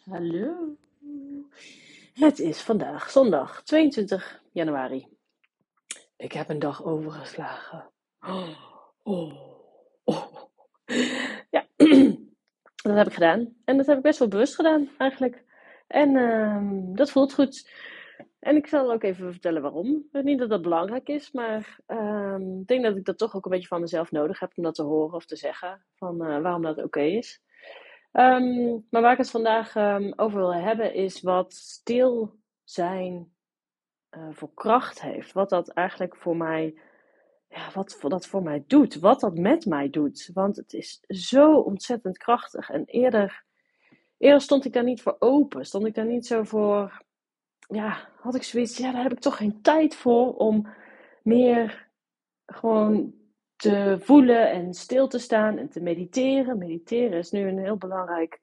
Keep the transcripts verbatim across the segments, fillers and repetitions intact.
Hallo. Het is vandaag zondag tweeëntwintig januari. Ik heb een dag overgeslagen. Oh, oh, oh. Ja, dat heb ik gedaan. En dat heb ik best wel bewust gedaan eigenlijk. En uh, dat voelt goed. En ik zal ook even vertellen waarom. Niet dat dat belangrijk is, maar uh, ik denk dat ik dat toch ook een beetje van mezelf nodig heb om dat te horen of te zeggen. Van uh, waarom dat oké is. Um, maar waar ik het vandaag um, over wil hebben is wat stil zijn uh, voor kracht heeft. Wat dat eigenlijk voor mij, ja, wat dat voor mij doet. Wat dat met mij doet. Want het is zo ontzettend krachtig. En eerder, eerder stond ik daar niet voor open. Stond ik daar niet zo voor, ja, had ik zoiets, ja, daar heb ik toch geen tijd voor om meer gewoon te voelen en stil te staan en te mediteren. Mediteren is nu een heel belangrijk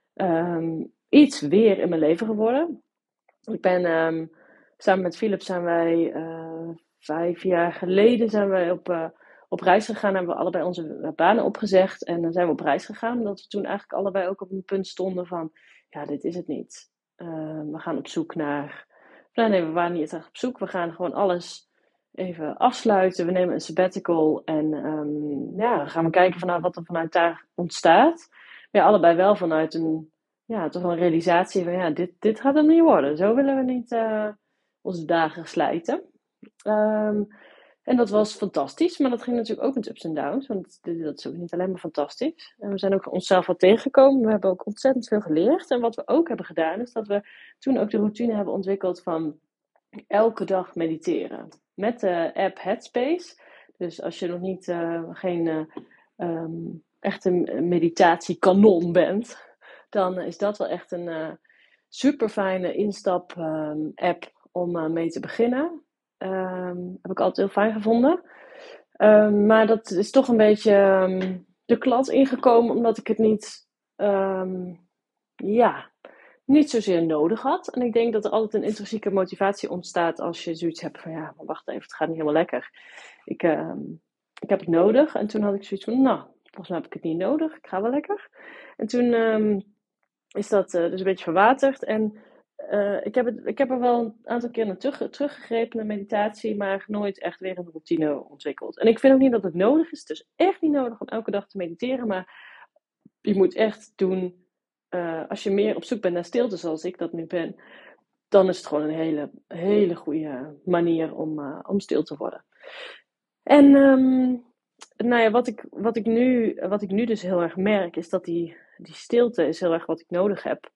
um, iets weer in mijn leven geworden. Ik ben um, samen met Philip zijn wij uh, vijf jaar geleden zijn wij op, uh, op reis gegaan. Hebben we allebei onze banen opgezegd en dan zijn we op reis gegaan. Omdat we toen eigenlijk allebei ook op een punt stonden van, ja, dit is het niet. Uh, we gaan op zoek naar, nou, nee, we waren niet echt op zoek. We gaan gewoon alles even afsluiten. We nemen een sabbatical en um, ja, dan gaan we kijken vanuit wat er vanuit daar ontstaat. Maar ja, allebei wel vanuit een, ja, toch wel een realisatie van, ja, dit, dit gaat hem niet worden. Zo willen we niet uh, onze dagen slijten. Um, en dat was fantastisch, maar dat ging natuurlijk ook met ups en downs, want dat is ook niet alleen maar fantastisch. En we zijn ook onszelf wat tegengekomen, we hebben ook ontzettend veel geleerd. En wat we ook hebben gedaan, is dat we toen ook de routine hebben ontwikkeld van elke dag mediteren. Met de app Headspace. Dus als je nog niet, uh, geen uh, um, echte meditatiekanon bent, dan is dat wel echt een uh, super fijne instap um, app om uh, mee te beginnen. Um, heb ik altijd heel fijn gevonden. Um, maar dat is toch een beetje um, de klad ingekomen, omdat ik het niet, um, ja, niet zozeer nodig had. En ik denk dat er altijd een intrinsieke motivatie ontstaat als je zoiets hebt van, ja, maar wacht even, het gaat niet helemaal lekker. Ik, um, ik heb het nodig. En toen had ik zoiets van, nou, volgens mij heb ik het niet nodig. Ik ga wel lekker. En toen um, is dat uh, dus een beetje verwaterd. En uh, ik, heb het, ik heb er wel een aantal keer naar terug, teruggegrepen, naar meditatie, maar nooit echt weer een routine ontwikkeld. En ik vind ook niet dat het nodig is. Het is echt niet nodig om elke dag te mediteren, maar je moet echt doen, uh, als je meer op zoek bent naar stilte zoals ik dat nu ben, dan is het gewoon een hele, hele goede manier om, uh, om stil te worden. En um, nou ja, wat ik, wat, ik nu, wat ik nu dus heel erg merk, is dat die, die stilte is heel erg wat ik nodig heb.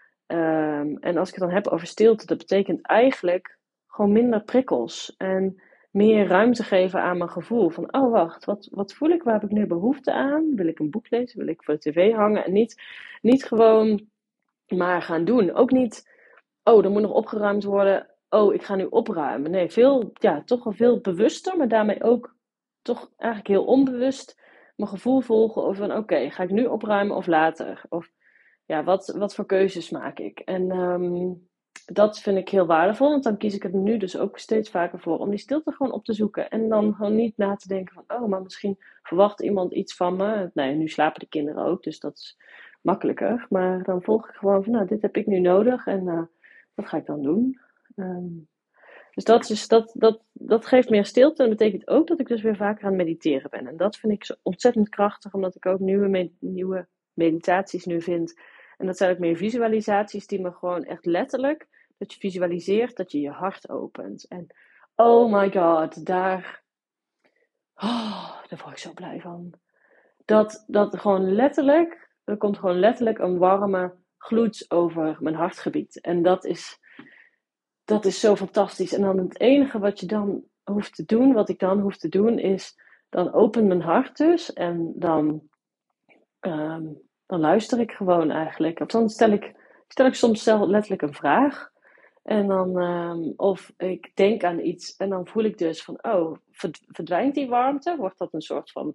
Um, en als ik het dan heb over stilte, dat betekent eigenlijk gewoon minder prikkels. En meer ruimte geven aan mijn gevoel. Van, oh wacht, wat, wat voel ik? Waar heb ik nu behoefte aan? Wil ik een boek lezen? Wil ik voor de tv hangen? En niet, niet gewoon maar gaan doen. Ook niet, oh, er moet nog opgeruimd worden. Oh, ik ga nu opruimen. Nee, veel, ja, toch wel veel bewuster. Maar daarmee ook toch eigenlijk heel onbewust mijn gevoel volgen. Over van, oké, okay, ga ik nu opruimen of later? Of ja, wat, wat voor keuzes maak ik? En um, dat vind ik heel waardevol. Want dan kies ik er nu dus ook steeds vaker voor om die stilte gewoon op te zoeken. En dan gewoon niet na te denken van, oh, maar misschien verwacht iemand iets van me. Nee, nu slapen de kinderen ook, dus dat is makkelijker. Maar dan volg ik gewoon van, nou, dit heb ik nu nodig en uh, dat ga ik dan doen. Um, dus dat, is, dat, dat, dat geeft meer stilte. En dat betekent ook dat ik dus weer vaker aan het mediteren ben. En dat vind ik zo ontzettend krachtig, omdat ik ook nieuwe, med- nieuwe meditaties nu vind. En dat zijn ook meer visualisaties die me gewoon echt letterlijk, dat je visualiseert dat je je hart opent. En oh my god, daar, oh, daar word ik zo blij van. Dat, dat gewoon letterlijk, er komt gewoon letterlijk een warme gloed over mijn hartgebied. En dat is, dat is zo fantastisch. En dan het enige wat je dan hoeft te doen, wat ik dan hoef te doen, is dan open mijn hart dus. En dan, um, dan luister ik gewoon eigenlijk. Of dan stel ik, stel ik soms zelf letterlijk een vraag. En dan, um, of ik denk aan iets en dan voel ik dus van, oh, verdwijnt die warmte? Wordt dat een soort van,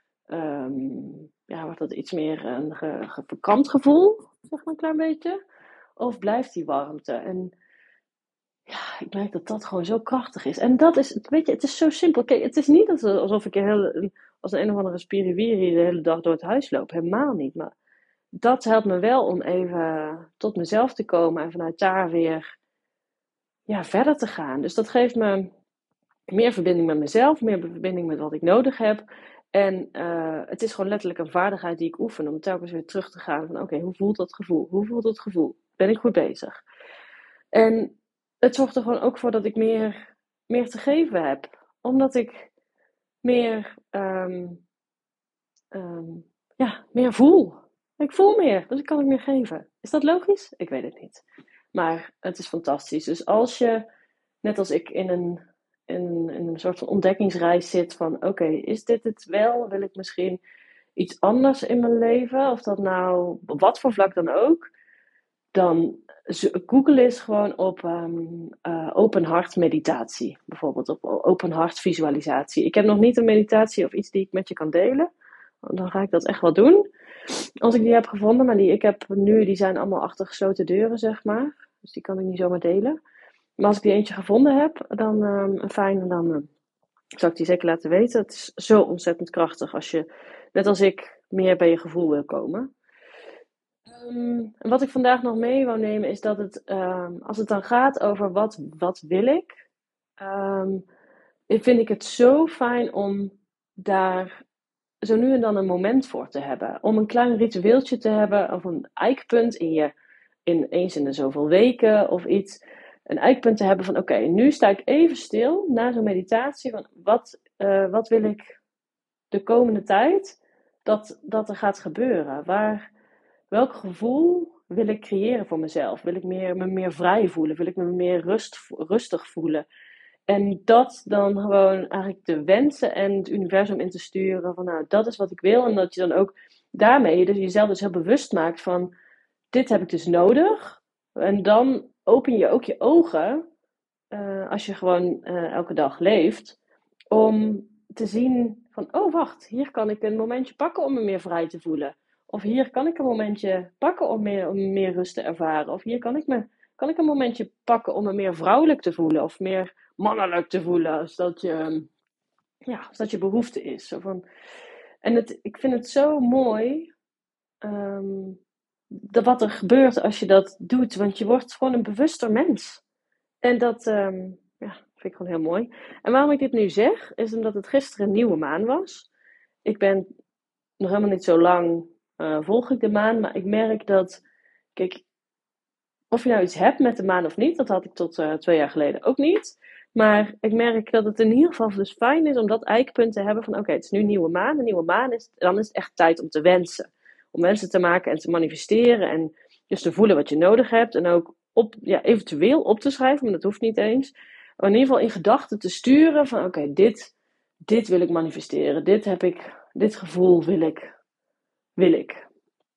um, ja, wordt dat iets meer een ge, ge, verkrampt gevoel, zeg maar een klein beetje? Of blijft die warmte? En ja, ik merk dat dat gewoon zo krachtig is. En dat is, weet je, het is zo simpel. Kijk, het is niet alsof ik een hele, als een, een of andere spiriwiri de hele dag door het huis loop. Helemaal niet. Maar dat helpt me wel om even tot mezelf te komen en vanuit daar weer ja, verder te gaan. Dus dat geeft me meer verbinding met mezelf, meer verbinding met wat ik nodig heb. En uh, het is gewoon letterlijk een vaardigheid die ik oefen om telkens weer terug te gaan van oké, okay, hoe voelt dat gevoel? Hoe voelt dat gevoel? Ben ik goed bezig? En het zorgt er gewoon ook voor dat ik meer, meer te geven heb. Omdat ik meer, um, um, ja, meer voel. Ik voel meer, dus ik kan ik meer geven. Is dat logisch? Ik weet het niet. Maar het is fantastisch. Dus als je, net als ik, in een, in, in een soort van ontdekkingsreis zit van oké, okay, is dit het wel? Wil ik misschien iets anders in mijn leven? Of dat nou, op wat voor vlak dan ook. Dan Google is gewoon op um, uh, open hart meditatie. Bijvoorbeeld op open hart visualisatie. Ik heb nog niet een meditatie of iets die ik met je kan delen. Dan ga ik dat echt wel doen. Als ik die heb gevonden, maar die ik heb nu, die zijn allemaal achter gesloten deuren, zeg maar. Dus die kan ik niet zomaar delen. Maar als ik die eentje gevonden heb, dan um, fijn, dan uh, zal ik die zeker laten weten. Het is zo ontzettend krachtig als je, net als ik, meer bij je gevoel wil komen. Um, en wat ik vandaag nog mee wou nemen is dat het, um, als het dan gaat over wat, wat wil ik, um, vind ik het zo fijn om daar zo nu en dan een moment voor te hebben. Om een klein ritueeltje te hebben of een eikpunt in je, in eens in de zoveel weken of iets. Een eikpunt te hebben van oké, okay, nu sta ik even stil na zo'n meditatie van wat, uh, wat wil ik de komende tijd dat, dat er gaat gebeuren. Waar, welk gevoel wil ik creëren voor mezelf? Wil ik meer, me meer vrij voelen? Wil ik me meer rust, rustig voelen? En dat dan gewoon eigenlijk de wensen en het universum in te sturen. Van nou, dat is wat ik wil. En dat je dan ook daarmee dus jezelf dus heel bewust maakt van dit heb ik dus nodig. En dan open je ook je ogen, uh, als je gewoon uh, elke dag leeft, om te zien van oh wacht, hier kan ik een momentje pakken om me meer vrij te voelen. Of hier kan ik een momentje pakken om meer, om meer rust te ervaren. Of hier kan ik, me, kan ik een momentje pakken om me meer vrouwelijk te voelen. Of meer mannelijk te voelen. Als dat je, ja, als dat je behoefte is. Zo van, en het, ik vind het zo mooi um, dat wat er gebeurt als je dat doet. Want je wordt gewoon een bewuster mens. En dat um, ja, vind ik gewoon heel mooi. En waarom ik dit nu zeg, is omdat het gisteren een nieuwe maan was. Ik ben nog helemaal niet zo lang uh, volg ik de maan. Maar ik merk dat, kijk, of je nou iets hebt met de maan of niet, dat had ik tot uh, twee jaar geleden ook niet. Maar ik merk dat het in ieder geval dus fijn is om dat eikpunt te hebben van oké, okay, het is nu nieuwe maan. Een nieuwe maan is, dan is het echt tijd om te wensen. Om wensen te maken en te manifesteren en dus te voelen wat je nodig hebt. En ook op, ja, eventueel op te schrijven, maar dat hoeft niet eens. Maar in ieder geval in gedachten te sturen van oké, okay, dit, dit wil ik manifesteren. Dit heb ik, dit gevoel wil ik, wil ik.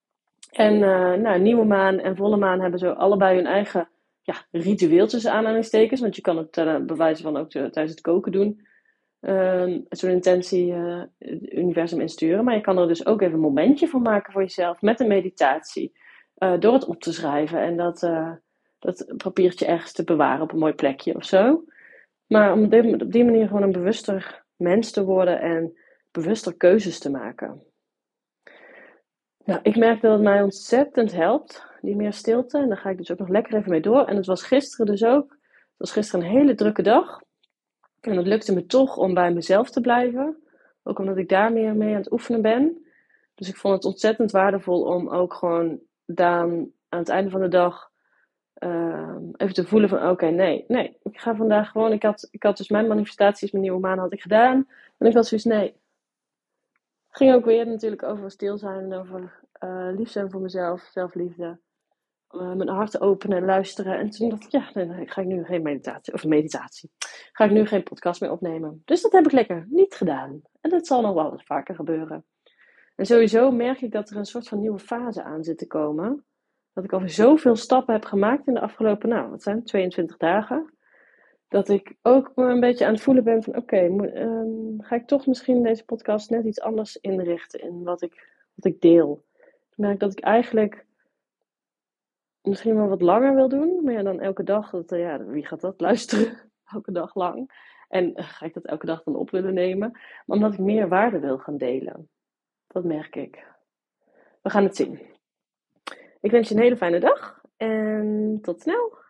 En uh, nou, nieuwe maan en volle maan hebben zo allebei hun eigen ja, ritueel tussen aanhalingstekens. Want je kan het uh, bewijzen van ook te, tijdens het koken doen. Uh, Zo'n intentie uh, het universum insturen. Maar je kan er dus ook even een momentje voor maken voor jezelf. Met een meditatie. Uh, door het op te schrijven. En dat, uh, dat papiertje ergens te bewaren op een mooi plekje of zo. Maar om op die, op die manier gewoon een bewuster mens te worden. En bewuster keuzes te maken. Nou, ik merk dat het mij ontzettend helpt, die meer stilte. En daar ga ik dus ook nog lekker even mee door. En het was gisteren dus ook. Het was gisteren een hele drukke dag. En het lukte me toch om bij mezelf te blijven. Ook omdat ik daar meer mee aan het oefenen ben. Dus ik vond het ontzettend waardevol om ook gewoon dan aan het einde van de dag uh, even te voelen van oké, okay, nee, nee. Ik ga vandaag gewoon, ik had, ik had dus mijn manifestaties, mijn nieuwe maan had ik gedaan. En ik had zoiets, nee. Het ging ook weer natuurlijk over stil zijn en over uh, lief zijn voor mezelf, zelfliefde. Uh, mijn hart openen en luisteren. En toen dacht ik, ja, nee, nee, ga ik nu geen meditatie, of meditatie. Ga ik nu geen podcast meer opnemen. Dus dat heb ik lekker niet gedaan. En dat zal nog wel wat vaker gebeuren. En sowieso merk ik dat er een soort van nieuwe fase aan zit te komen. Dat ik al zoveel stappen heb gemaakt in de afgelopen, nou, wat zijn het, tweeëntwintig dagen. Dat ik ook me een beetje aan het voelen ben van oké, okay, um, ga ik toch misschien deze podcast net iets anders inrichten in wat ik, wat ik deel. Ik merk dat ik eigenlijk misschien wel wat langer wil doen, maar ja, dan elke dag, dat, ja, wie gaat dat luisteren? Elke dag lang. En uh, ga ik dat elke dag dan op willen nemen? Maar omdat ik meer waarde wil gaan delen. Dat merk ik. We gaan het zien. Ik wens je een hele fijne dag en tot snel.